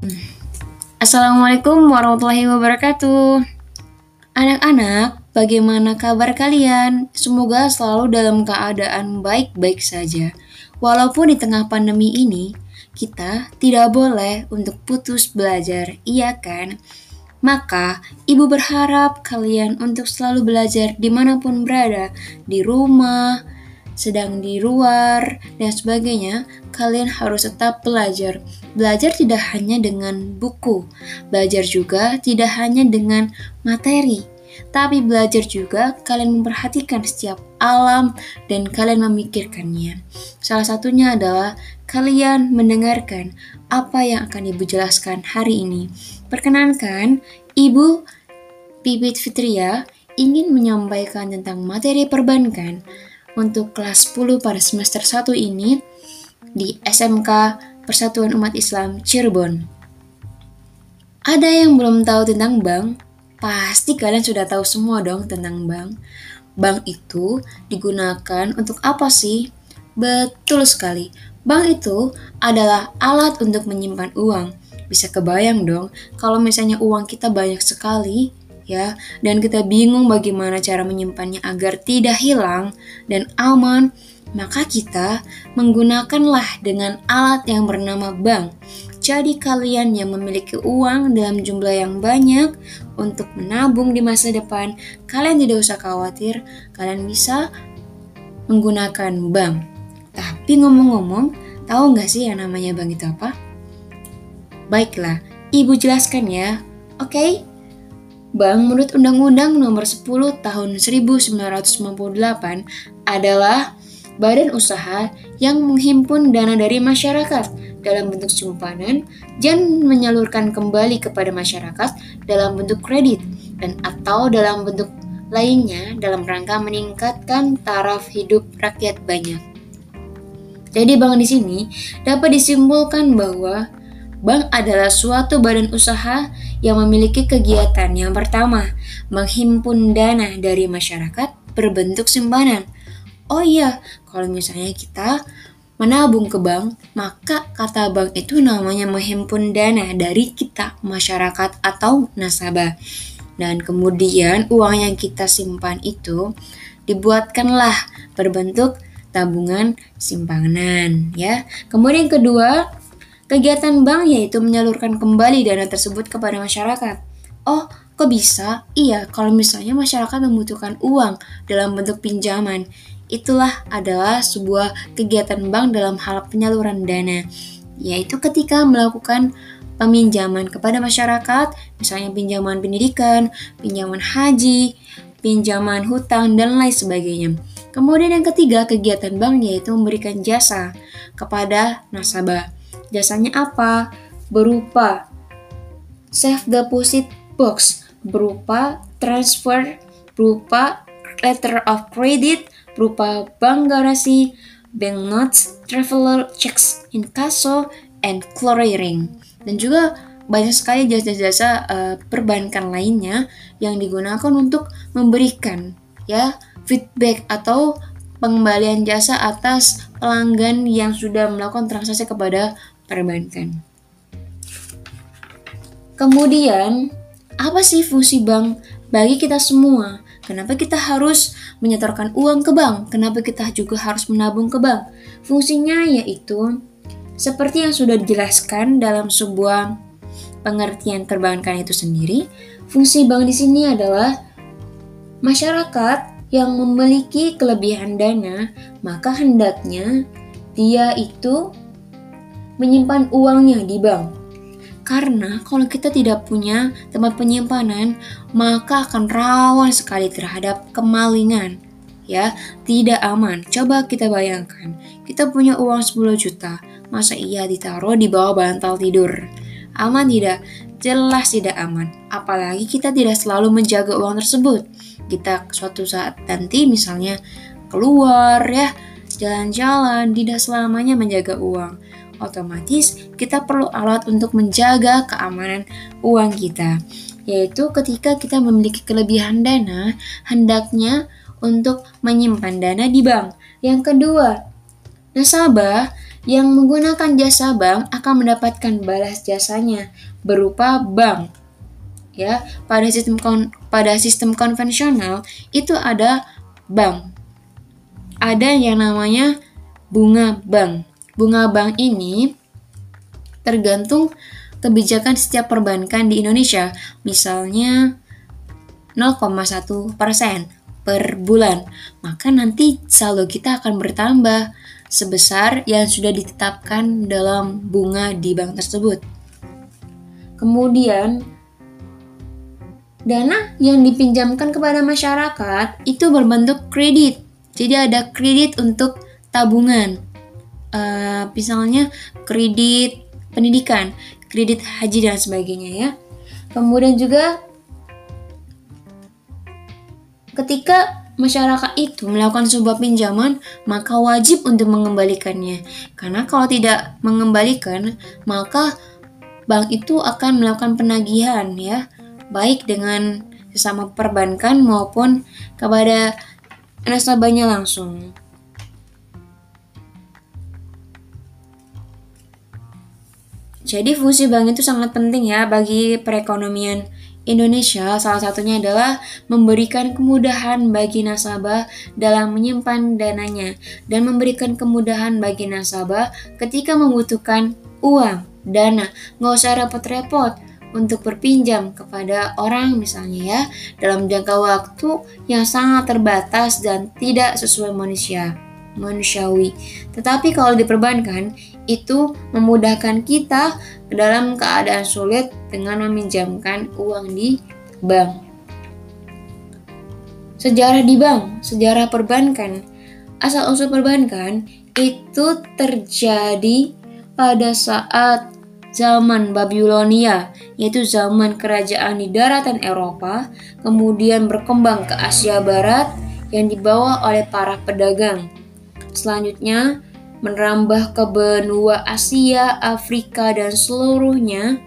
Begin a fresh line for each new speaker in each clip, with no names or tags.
Assalamualaikum warahmatullahi wabarakatuh. Anak-anak, bagaimana kabar kalian? Semoga selalu dalam keadaan baik-baik saja. Walaupun di tengah pandemi ini, kita tidak boleh untuk putus belajar, iya kan? Maka, ibu berharap kalian untuk selalu belajar dimanapun berada, di rumah, sedang di luar, dan sebagainya. Kalian harus tetap belajar. Belajar tidak hanya dengan buku, belajar juga tidak hanya dengan materi, tapi belajar juga kalian memperhatikan setiap alam dan kalian memikirkannya. Salah satunya adalah kalian mendengarkan apa yang akan ibu jelaskan hari ini. Perkenankan, Ibu Pipit Fitria ingin menyampaikan tentang materi perbankan untuk kelas 10 pada semester 1 ini di SMK Persatuan Umat Islam Cirebon. Ada yang belum tahu tentang bank? Pasti kalian sudah tahu semua dong tentang bank. Bank itu digunakan untuk apa sih? Betul sekali. Bank itu adalah alat untuk menyimpan uang. Bisa kebayang dong kalau misalnya uang kita banyak sekali ya, dan kita bingung bagaimana cara menyimpannya agar tidak hilang dan aman, maka kita menggunakanlah dengan alat yang bernama bank. Jadi kalian yang memiliki uang dalam jumlah yang banyak untuk menabung di masa depan, kalian tidak usah khawatir, kalian bisa menggunakan bank. Tapi ngomong-ngomong, tahu nggak sih yang namanya bank itu apa? Baiklah, Ibu jelaskan ya. Oke? Bank menurut Undang-Undang Nomor 10 Tahun 1998 adalah badan usaha yang menghimpun dana dari masyarakat dalam bentuk simpanan dan menyalurkan kembali kepada masyarakat dalam bentuk kredit dan atau dalam bentuk lainnya dalam rangka meningkatkan taraf hidup rakyat banyak. Jadi bank di sini dapat disimpulkan bahwa bank adalah suatu badan usaha yang memiliki kegiatan yang pertama, menghimpun dana dari masyarakat berbentuk simpanan. Oh iya, kalau misalnya kita menabung ke bank, maka kata bank itu namanya menghimpun dana dari kita, masyarakat atau nasabah. Dan kemudian uang yang kita simpan itu dibuatkanlah berbentuk tabungan simpanan ya. Kemudian kedua, kegiatan bank yaitu menyalurkan kembali dana tersebut kepada masyarakat. Oh, kok bisa? Iya, kalau misalnya masyarakat membutuhkan uang dalam bentuk pinjaman, itulah adalah sebuah kegiatan bank dalam hal penyaluran dana, yaitu ketika melakukan peminjaman kepada masyarakat, misalnya pinjaman pendidikan, pinjaman haji, pinjaman hutang, dan lain sebagainya. Kemudian yang ketiga, kegiatan bank yaitu memberikan jasa kepada nasabah. Jasanya apa? Berupa safe deposit box, berupa transfer, berupa letter of credit, berupa bank garasi, bank notes, traveler checks, incasso, and clearing. Dan juga banyak sekali jasa-jasa perbankan lainnya yang digunakan untuk memberikan ya feedback atau pengembalian jasa atas pelanggan yang sudah melakukan transaksi kepada perbankan. Kemudian, apa sih fungsi bank bagi kita semua? Kenapa kita harus menyetorkan uang ke bank? Kenapa kita juga harus menabung ke bank? Fungsinya yaitu seperti yang sudah dijelaskan dalam sebuah pengertian perbankan itu sendiri. Fungsi bank di sini adalah masyarakat yang memiliki kelebihan dana, maka hendaknya dia itu menyimpan uangnya di bank. Karena kalau kita tidak punya tempat penyimpanan, maka akan rawan sekali terhadap kemalingan. Ya, tidak aman. Coba kita bayangkan, kita punya uang 10 juta, masa iya ditaruh di bawah bantal tidur? Aman tidak? Jelas tidak aman. Apalagi kita tidak selalu menjaga uang tersebut. Kita suatu saat nanti misalnya keluar ya, jalan-jalan, tidak selamanya menjaga uang. Otomatis kita perlu alat untuk menjaga keamanan uang kita, yaitu ketika kita memiliki kelebihan dana, hendaknya untuk menyimpan dana di bank. Yang kedua, nasabah Yang menggunakan jasa bank akan mendapatkan balas jasanya berupa bank. Ya, pada sistem konvensional itu ada bank. Ada yang namanya bunga bank. Bunga bank ini tergantung kebijakan setiap perbankan di Indonesia. Misalnya 0,1% per bulan, maka nanti saldo kita akan bertambah sebesar yang sudah ditetapkan dalam bunga di bank tersebut. Kemudian, dana yang dipinjamkan kepada masyarakat itu berbentuk kredit. Jadi ada kredit untuk tabungan, misalnya kredit pendidikan, kredit haji dan sebagainya ya. Kemudian juga ketika masyarakat itu melakukan sebuah pinjaman, maka wajib untuk mengembalikannya. Karena kalau tidak mengembalikan, maka bank itu akan melakukan penagihan ya, baik dengan sesama perbankan maupun kepada nasabahnya langsung. Jadi fungsi bank itu sangat penting ya bagi perekonomian Indonesia. Salah satunya adalah memberikan kemudahan bagi nasabah dalam menyimpan dananya dan memberikan kemudahan bagi nasabah ketika membutuhkan uang, dana. Nggak usah repot-repot untuk berpinjam kepada orang misalnya ya, dalam jangka waktu yang sangat terbatas dan tidak sesuai manusiawi. Tetapi kalau diperbankan, itu memudahkan kita dalam keadaan sulit dengan meminjamkan uang di bank. Sejarah di bank, sejarah perbankan. Asal-usul perbankan itu terjadi pada saat zaman Babilonia, yaitu zaman kerajaan di daratan Eropa, kemudian berkembang ke Asia Barat yang dibawa oleh para pedagang. Selanjutnya merambah ke benua Asia, Afrika, dan seluruhnya.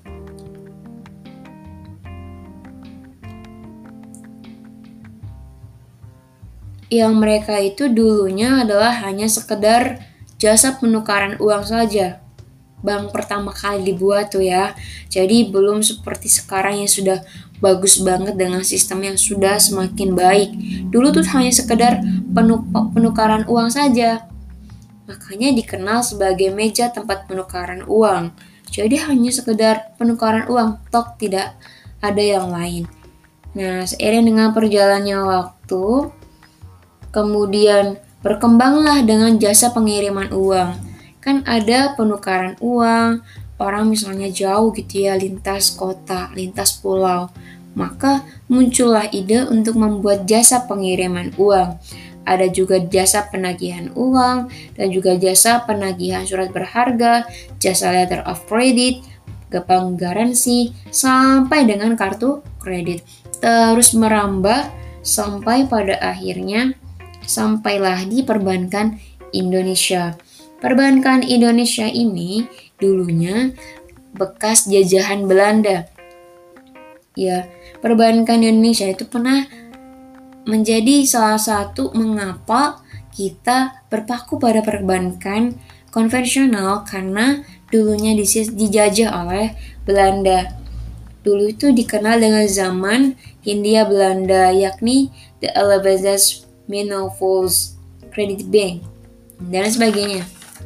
Yang mereka itu dulunya adalah hanya sekedar jasa penukaran uang saja. Bank pertama kali dibuat tuh ya. Jadi belum seperti sekarang yang sudah bagus banget dengan sistem yang sudah semakin baik. Dulu tuh hanya sekedar penukaran uang saja. Makanya dikenal sebagai meja tempat penukaran uang. Jadi hanya sekedar penukaran uang, tok tidak ada yang lain. Nah, seiring dengan perjalannya waktu, kemudian berkembanglah dengan jasa pengiriman uang. Kan ada penukaran uang, orang misalnya jauh gitu ya, lintas kota, lintas pulau. Maka muncullah ide untuk membuat jasa pengiriman uang. Ada juga jasa penagihan uang, dan juga jasa penagihan surat berharga, jasa letter of credit, bank garansi, sampai dengan kartu kredit. Terus merambah sampai pada akhirnya sampailah di perbankan Indonesia. Perbankan Indonesia ini dulunya bekas jajahan Belanda. Ya, perbankan Indonesia itu pernah menjadi salah satu mengapa kita berpaku pada perbankan konvensional karena dulunya dijajah oleh Belanda. Dulu itu dikenal dengan zaman Hindia Belanda, yakni the Elizabeth Monopols Credit Bank dan sebagainya.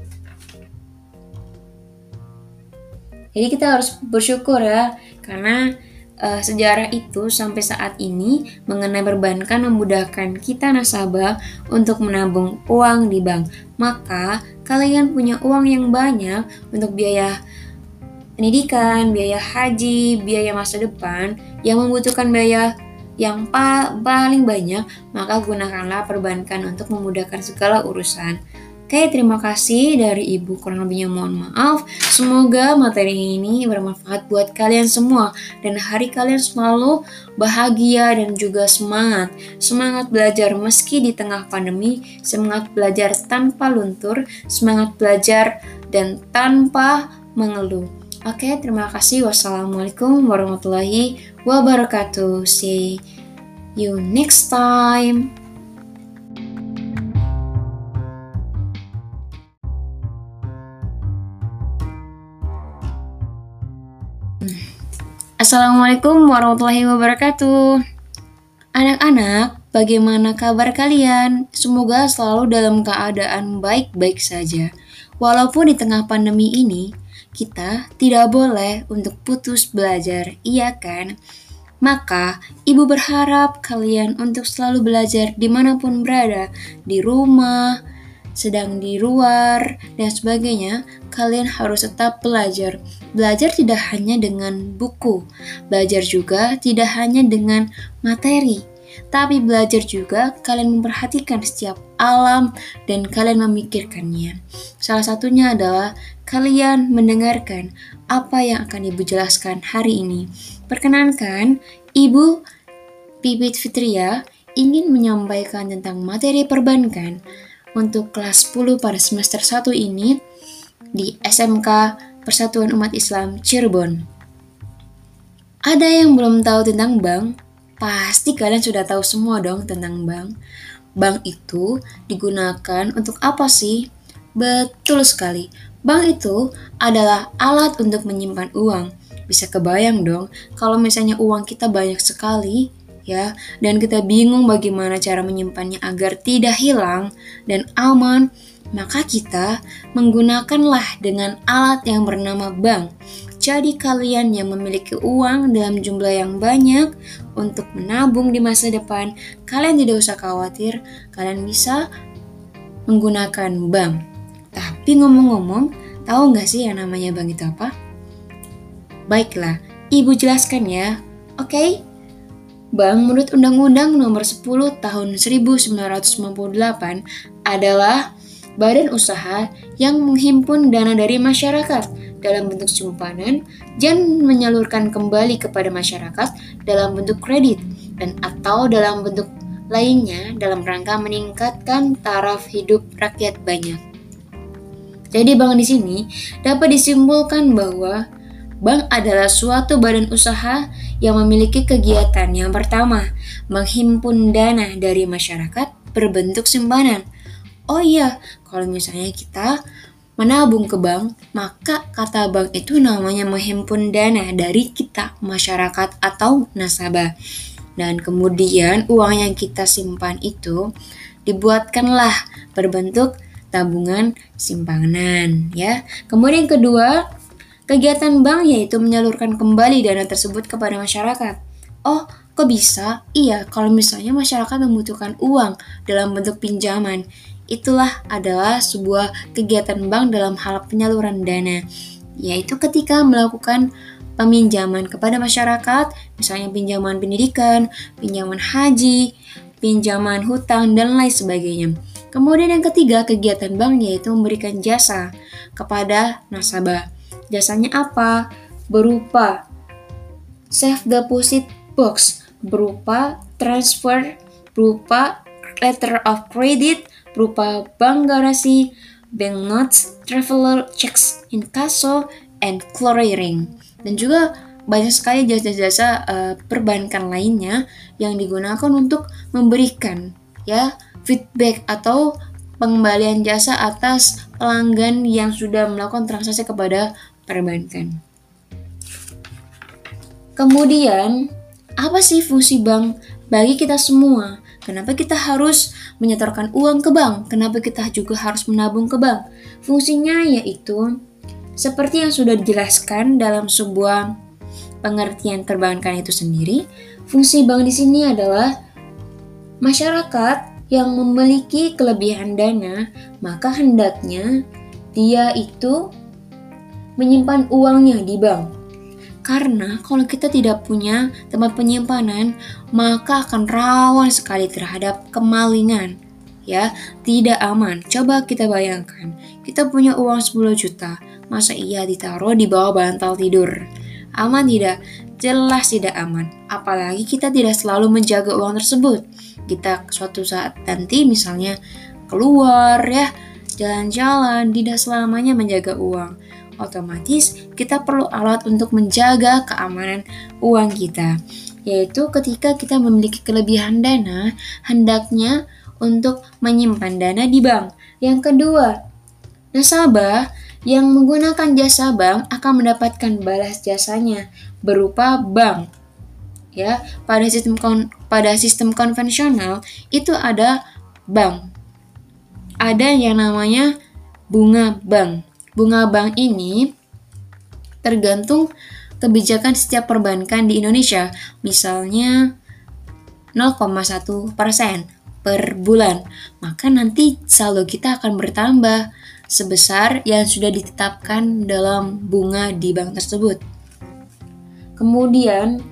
Jadi kita harus bersyukur ya, karena sejarah itu sampai saat ini mengenai perbankan memudahkan kita nasabah untuk menabung uang di bank. Maka kalian punya uang yang banyak untuk biaya pendidikan, biaya haji, biaya masa depan yang membutuhkan biaya yang paling banyak, maka gunakanlah perbankan untuk memudahkan segala urusan. Oke, terima kasih dari Ibu, kurang lebihnya mohon maaf. Semoga materi ini bermanfaat buat kalian semua dan hari kalian selalu bahagia dan juga semangat. Semangat belajar meski di tengah pandemi, semangat belajar tanpa luntur, semangat belajar dan tanpa mengeluh. Oke, terima kasih. Wassalamualaikum warahmatullahi wabarakatuh. See you next time. Assalamualaikum warahmatullahi wabarakatuh. Anak-anak, bagaimana kabar kalian? Semoga selalu dalam keadaan baik-baik saja. Walaupun di tengah pandemi ini, kita tidak boleh untuk putus belajar, iya kan? Maka, ibu berharap kalian untuk selalu belajar dimanapun berada, di rumah, sedang di luar, dan sebagainya. Kalian harus tetap belajar. Belajar tidak hanya dengan buku, belajar juga tidak hanya dengan materi, tapi belajar juga kalian memperhatikan setiap alam dan kalian memikirkannya. Salah satunya adalah kalian mendengarkan apa yang akan ibu jelaskan hari ini. Perkenankan, Ibu Pipit Fitria ingin menyampaikan tentang materi perbankan untuk kelas 10 pada semester 1 ini di SMK Persatuan Umat Islam Cirebon. Ada yang belum tahu tentang bank? Pasti kalian sudah tahu semua dong tentang bank. Bank itu digunakan untuk apa sih? Betul sekali. Bank itu adalah alat untuk menyimpan uang. Bisa kebayang dong kalau misalnya uang kita banyak sekali ya, dan kita bingung bagaimana cara menyimpannya agar tidak hilang dan aman, maka kita menggunakanlah dengan alat yang bernama bank. Jadi kalian yang memiliki uang dalam jumlah yang banyak untuk menabung di masa depan, kalian tidak usah khawatir, kalian bisa menggunakan bank. Tapi ngomong-ngomong, tahu nggak sih yang namanya bank itu apa? Baiklah, Ibu jelaskan ya. Oke? Bank menurut Undang-Undang Nomor 10 Tahun 1998 adalah badan usaha yang menghimpun dana dari masyarakat dalam bentuk simpanan dan menyalurkan kembali kepada masyarakat dalam bentuk kredit dan atau dalam bentuk lainnya dalam rangka meningkatkan taraf hidup rakyat banyak. Jadi bank di sini dapat disimpulkan bahwa bank adalah suatu badan usaha yang memiliki kegiatan yang pertama, menghimpun dana dari masyarakat berbentuk simpanan. Oh iya, kalau misalnya kita menabung ke bank, maka kata bank itu namanya menghimpun dana dari kita, masyarakat atau nasabah. Dan kemudian uang yang kita simpan itu dibuatkanlah berbentuk tabungan simpanan ya. Kemudian kedua, kegiatan bank yaitu menyalurkan kembali dana tersebut kepada masyarakat. Oh, kok bisa? Iya, kalau misalnya masyarakat membutuhkan uang dalam bentuk pinjaman, itulah adalah sebuah kegiatan bank dalam hal penyaluran dana, yaitu ketika melakukan peminjaman kepada masyarakat, misalnya pinjaman pendidikan, pinjaman haji, pinjaman hutang, dan lain sebagainya. Kemudian yang ketiga, kegiatan bank yaitu memberikan jasa kepada nasabah. Jasanya apa? Berupa safe deposit box, berupa transfer, berupa letter of credit, berupa bank garasi, bank notes, traveler checks, incasso, and clearing. Dan juga banyak sekali jasa-jasa perbankan lainnya yang digunakan untuk memberikan ya feedback atau pengembalian jasa atas pelanggan yang sudah melakukan transaksi kepada perbankan. Kemudian, apa sih fungsi bank bagi kita semua? Kenapa kita harus menyetorkan uang ke bank? Kenapa kita juga harus menabung ke bank? Fungsinya yaitu seperti yang sudah dijelaskan dalam sebuah pengertian perbankan itu sendiri. Fungsi bank di sini adalah masyarakat yang memiliki kelebihan dana, maka hendaknya dia itu menyimpan uangnya di bank. Karena kalau kita tidak punya tempat penyimpanan, maka akan rawan sekali terhadap kemalingan. Ya, tidak aman. Coba kita bayangkan, kita punya uang 10 juta, masa iya ditaruh di bawah bantal tidur? Aman tidak? Jelas tidak aman. Apalagi kita tidak selalu menjaga uang tersebut. Kita suatu saat nanti misalnya keluar ya, jalan-jalan, tidak selamanya menjaga uang. Otomatis kita perlu alat untuk menjaga keamanan uang kita, yaitu ketika kita memiliki kelebihan dana, hendaknya untuk menyimpan dana di bank. Yang kedua, nasabah Yang menggunakan jasa bank akan mendapatkan balas jasanya berupa bank. Ya, pada sistem konvensional itu ada bank. Ada yang namanya bunga bank. Bunga bank ini tergantung kebijakan setiap perbankan di Indonesia. Misalnya 0,1% per bulan, maka nanti saldo kita akan bertambah sebesar yang sudah ditetapkan dalam bunga di bank tersebut. Kemudian,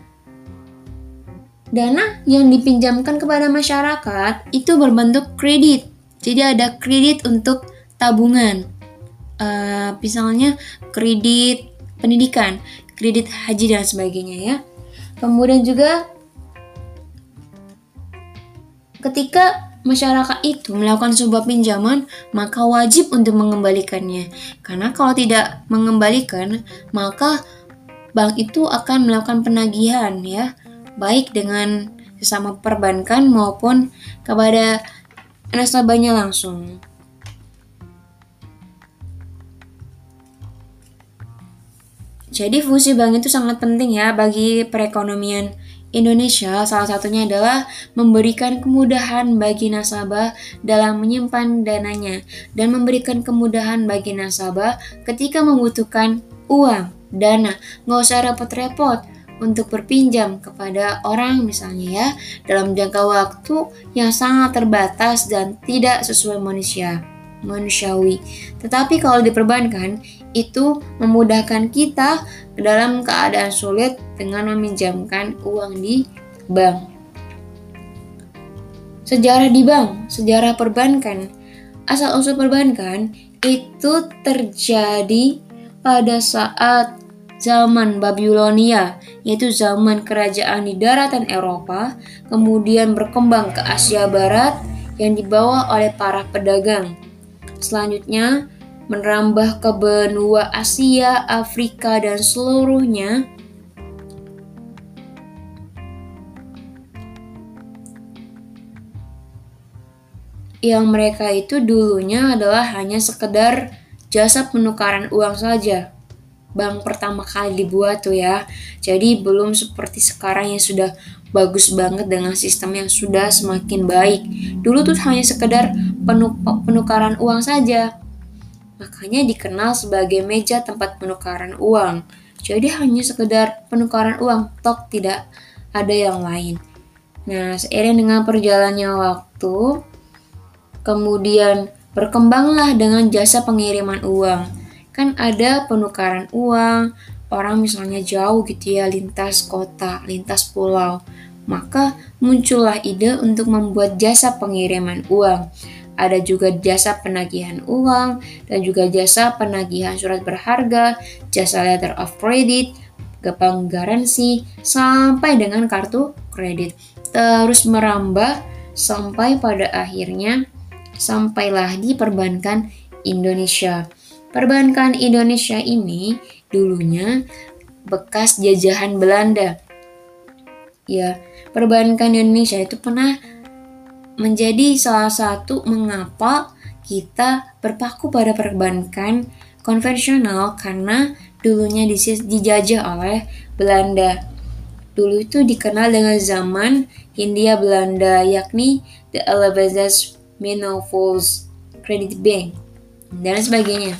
dana yang dipinjamkan kepada masyarakat itu berbentuk kredit. Jadi ada kredit untuk tabungan, misalnya kredit pendidikan, kredit haji dan sebagainya ya. Kemudian juga ketika masyarakat itu melakukan sebuah pinjaman, maka wajib untuk mengembalikannya. Karena kalau tidak mengembalikan, maka bank itu akan melakukan penagihan ya, baik dengan sesama perbankan maupun kepada nasabahnya langsung. Jadi fungsi bank itu sangat penting ya bagi perekonomian Indonesia. Salah satunya adalah memberikan kemudahan bagi nasabah dalam menyimpan dananya dan memberikan kemudahan bagi nasabah ketika membutuhkan uang, dana. Nggak usah repot-repot untuk berpinjam kepada orang misalnya ya, dalam jangka waktu yang sangat terbatas dan tidak sesuai manusiawi. Tetapi kalau diperbankan, itu memudahkan kita dalam keadaan sulit dengan meminjamkan uang di bank. Sejarah di bank, sejarah perbankan. Asal-usul perbankan itu terjadi pada saat zaman Babilonia, yaitu zaman kerajaan di daratan Eropa, kemudian berkembang ke Asia Barat yang dibawa oleh para pedagang. Selanjutnya merambah ke benua Asia, Afrika, dan seluruhnya. Yang mereka itu dulunya adalah hanya sekedar jasa penukaran uang saja. Bank pertama kali dibuat tuh ya. Jadi belum seperti sekarang yang sudah bagus banget dengan sistem yang sudah semakin baik. Dulu tuh hanya sekedar penukaran uang saja. Makanya dikenal sebagai meja tempat penukaran uang. Jadi hanya sekedar penukaran uang, tok tidak ada yang lain. Nah, seiring dengan perjalannya waktu, kemudian berkembanglah dengan jasa pengiriman uang. Kan ada penukaran uang, orang misalnya jauh gitu ya, lintas kota, lintas pulau. Maka muncullah ide untuk membuat jasa pengiriman uang. Ada juga jasa penagihan uang, dan juga jasa penagihan surat berharga, jasa letter of credit, bank garansi, sampai dengan kartu kredit. Terus merambah sampai pada akhirnya sampailah di perbankan Indonesia. Perbankan Indonesia ini dulunya bekas jajahan Belanda. Ya, perbankan Indonesia itu pernah menjadi salah satu mengapa kita berpaku pada perbankan konvensional, karena dulunya dijajah oleh Belanda. Dulu itu dikenal dengan zaman Hindia Belanda, yakni the Elizabeth Meaningful Credit Bank dan sebagainya.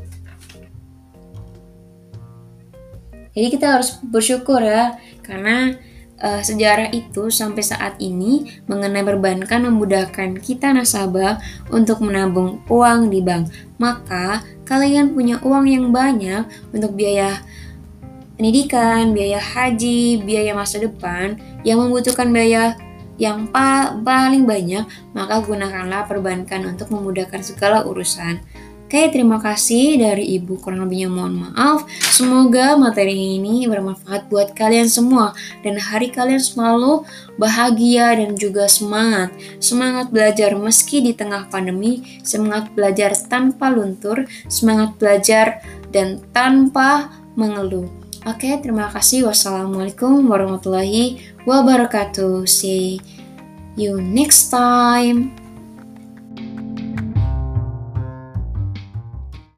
Jadi kita harus bersyukur ya, karena sejarah itu sampai saat ini mengenai perbankan memudahkan kita nasabah untuk menabung uang di bank. Maka kalian punya uang yang banyak untuk biaya pendidikan, biaya haji, biaya masa depan yang membutuhkan biaya yang paling banyak, maka gunakanlah perbankan untuk memudahkan segala urusan. Oke, terima kasih dari Ibu, kurang lebihnya mohon maaf. Semoga materi ini bermanfaat buat kalian semua dan hari kalian selalu bahagia dan juga semangat. Semangat belajar meski di tengah pandemi, semangat belajar tanpa luntur, semangat belajar dan tanpa mengeluh. Oke, terima kasih. Wassalamualaikum warahmatullahi wabarakatuh. See you next time.